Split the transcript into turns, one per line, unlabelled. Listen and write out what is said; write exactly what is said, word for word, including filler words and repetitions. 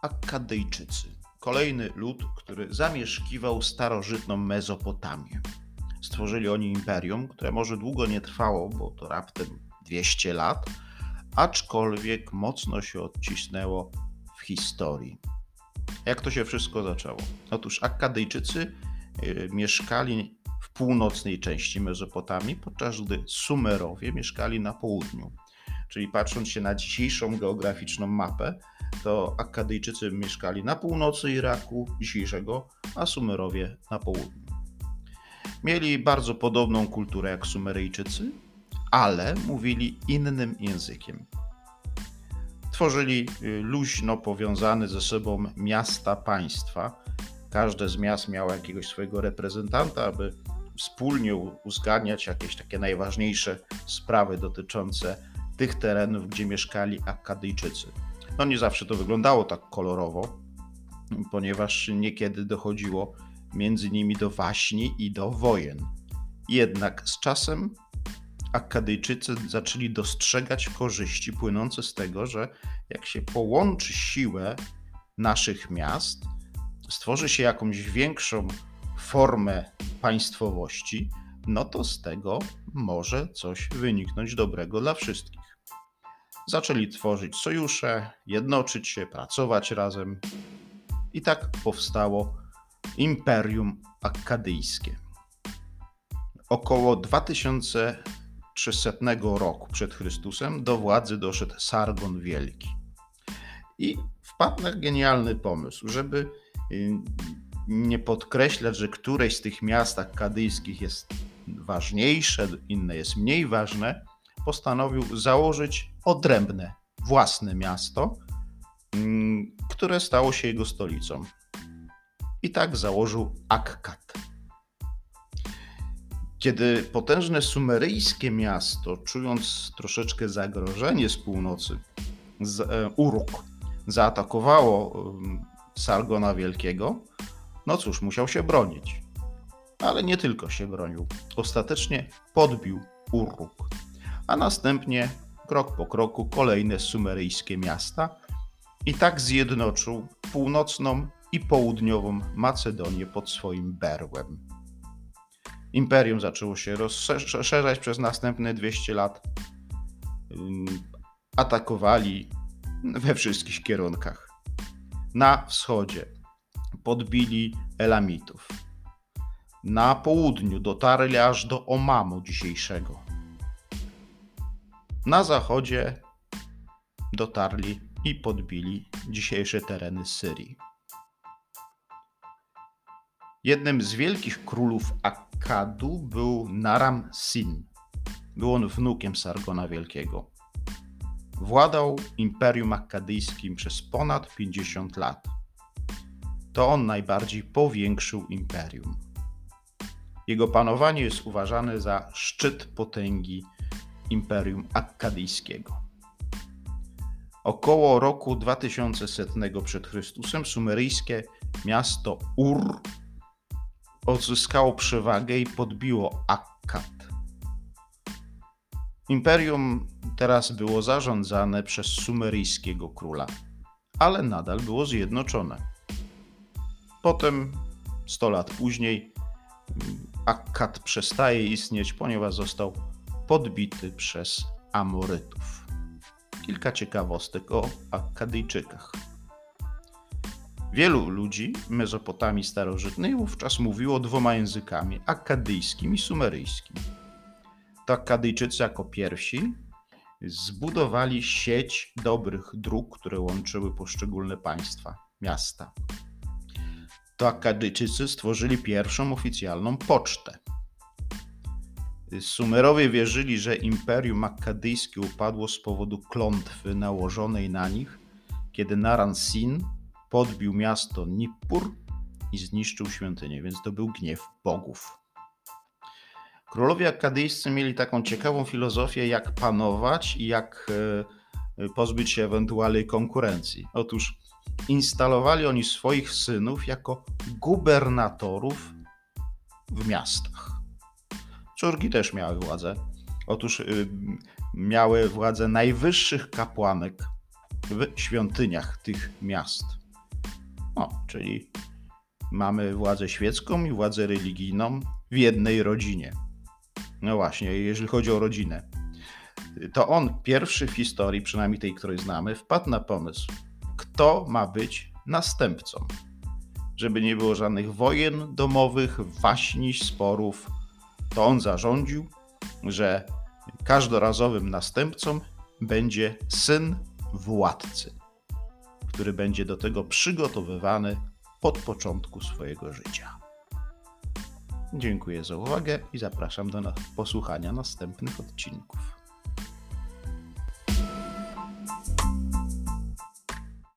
Akkadejczycy. Kolejny lud, który zamieszkiwał starożytną Mezopotamię. Stworzyli oni imperium, które może długo nie trwało, bo to raptem dwieście lat, aczkolwiek mocno się odcisnęło w historii. Jak to się wszystko zaczęło? Otóż Akkadejczycy y, mieszkali w północnej części Mezopotamii, podczas gdy Sumerowie mieszkali na południu. Czyli patrząc się na dzisiejszą geograficzną mapę, to Akkadejczycy mieszkali na północy Iraku dzisiejszego, a Sumerowie na południu. Mieli bardzo podobną kulturę jak Sumeryjczycy, ale mówili innym językiem. Tworzyli luźno powiązane ze sobą miasta, państwa. Każde z miast miało jakiegoś swojego reprezentanta, aby wspólnie uzgadniać jakieś takie najważniejsze sprawy dotyczące tych terenów, gdzie mieszkali Akkadejczycy. No nie zawsze to wyglądało tak kolorowo, ponieważ niekiedy dochodziło między nimi do waśni i do wojen. Jednak z czasem Akkadejczycy zaczęli dostrzegać korzyści płynące z tego, że jak się połączy siłę naszych miast, stworzy się jakąś większą formę państwowości, no to z tego może coś wyniknąć dobrego dla wszystkich. Zaczęli tworzyć sojusze, jednoczyć się, pracować razem i tak powstało Imperium Akkadyjskie. Około dwa tysiące trzysetnego roku przed Chrystusem do władzy doszedł Sargon Wielki. I wpadł na genialny pomysł, żeby nie podkreślać, że któreś z tych miast akkadyjskich jest ważniejsze, inne jest mniej ważne, postanowił założyć odrębne, własne miasto, które stało się jego stolicą. I tak założył Akkad. Kiedy potężne sumeryjskie miasto, czując troszeczkę zagrożenie z północy, z, e, Uruk, zaatakowało e, Sargona Wielkiego, no cóż, musiał się bronić. Ale nie tylko się bronił. Ostatecznie podbił Uruk, a następnie krok po kroku kolejne sumeryjskie miasta i tak zjednoczył północną i południową Macedonię pod swoim berłem. Imperium zaczęło się rozszerzać przez następne dwieście lat. Atakowali we wszystkich kierunkach. Na wschodzie podbili Elamitów. Na południu dotarli aż do Omamu dzisiejszego. Na zachodzie dotarli i podbili dzisiejsze tereny Syrii. Jednym z wielkich królów Akkadu był Naram-Sin. Był on wnukiem Sargona Wielkiego. Władał Imperium Akkadyjskim przez ponad pięćdziesiąt lat. To on najbardziej powiększył imperium. Jego panowanie jest uważane za szczyt potęgi Imperium Akkadyjskiego. Około roku dwa tysiące setnego przed Chrystusem sumeryjskie miasto Ur odzyskało przewagę i podbiło Akkad. Imperium teraz było zarządzane przez sumeryjskiego króla, ale nadal było zjednoczone. Potem, sto lat później, Akkad przestaje istnieć, ponieważ został podbity przez Amorytów. Kilka ciekawostek o Akkadyjczykach. Wielu ludzi Mezopotamii starożytnej wówczas mówiło dwoma językami, akkadyjskim i sumeryjskim. To Akkadyjczycy jako pierwsi zbudowali sieć dobrych dróg, które łączyły poszczególne państwa, miasta. To Akkadyjczycy stworzyli pierwszą oficjalną pocztę. Sumerowie wierzyli, że Imperium Akkadyjskie upadło z powodu klątwy nałożonej na nich, kiedy Naram-Sin podbił miasto Nippur i zniszczył świątynię, więc to był gniew bogów. Królowie akkadyjscy mieli taką ciekawą filozofię, jak panować i jak pozbyć się ewentualnej konkurencji. Otóż instalowali oni swoich synów jako gubernatorów w miastach. Córki też miały władzę. Otóż y, miały władzę najwyższych kapłanek w świątyniach tych miast. No, czyli mamy władzę świecką i władzę religijną w jednej rodzinie. No właśnie, jeżeli chodzi o rodzinę, to on pierwszy w historii, przynajmniej tej, której znamy, wpadł na pomysł, kto ma być następcą. Żeby nie było żadnych wojen domowych, waśni, sporów, to on zarządził, że każdorazowym następcą będzie syn władcy, który będzie do tego przygotowywany od początku swojego życia. Dziękuję za uwagę i zapraszam do posłuchania następnych odcinków.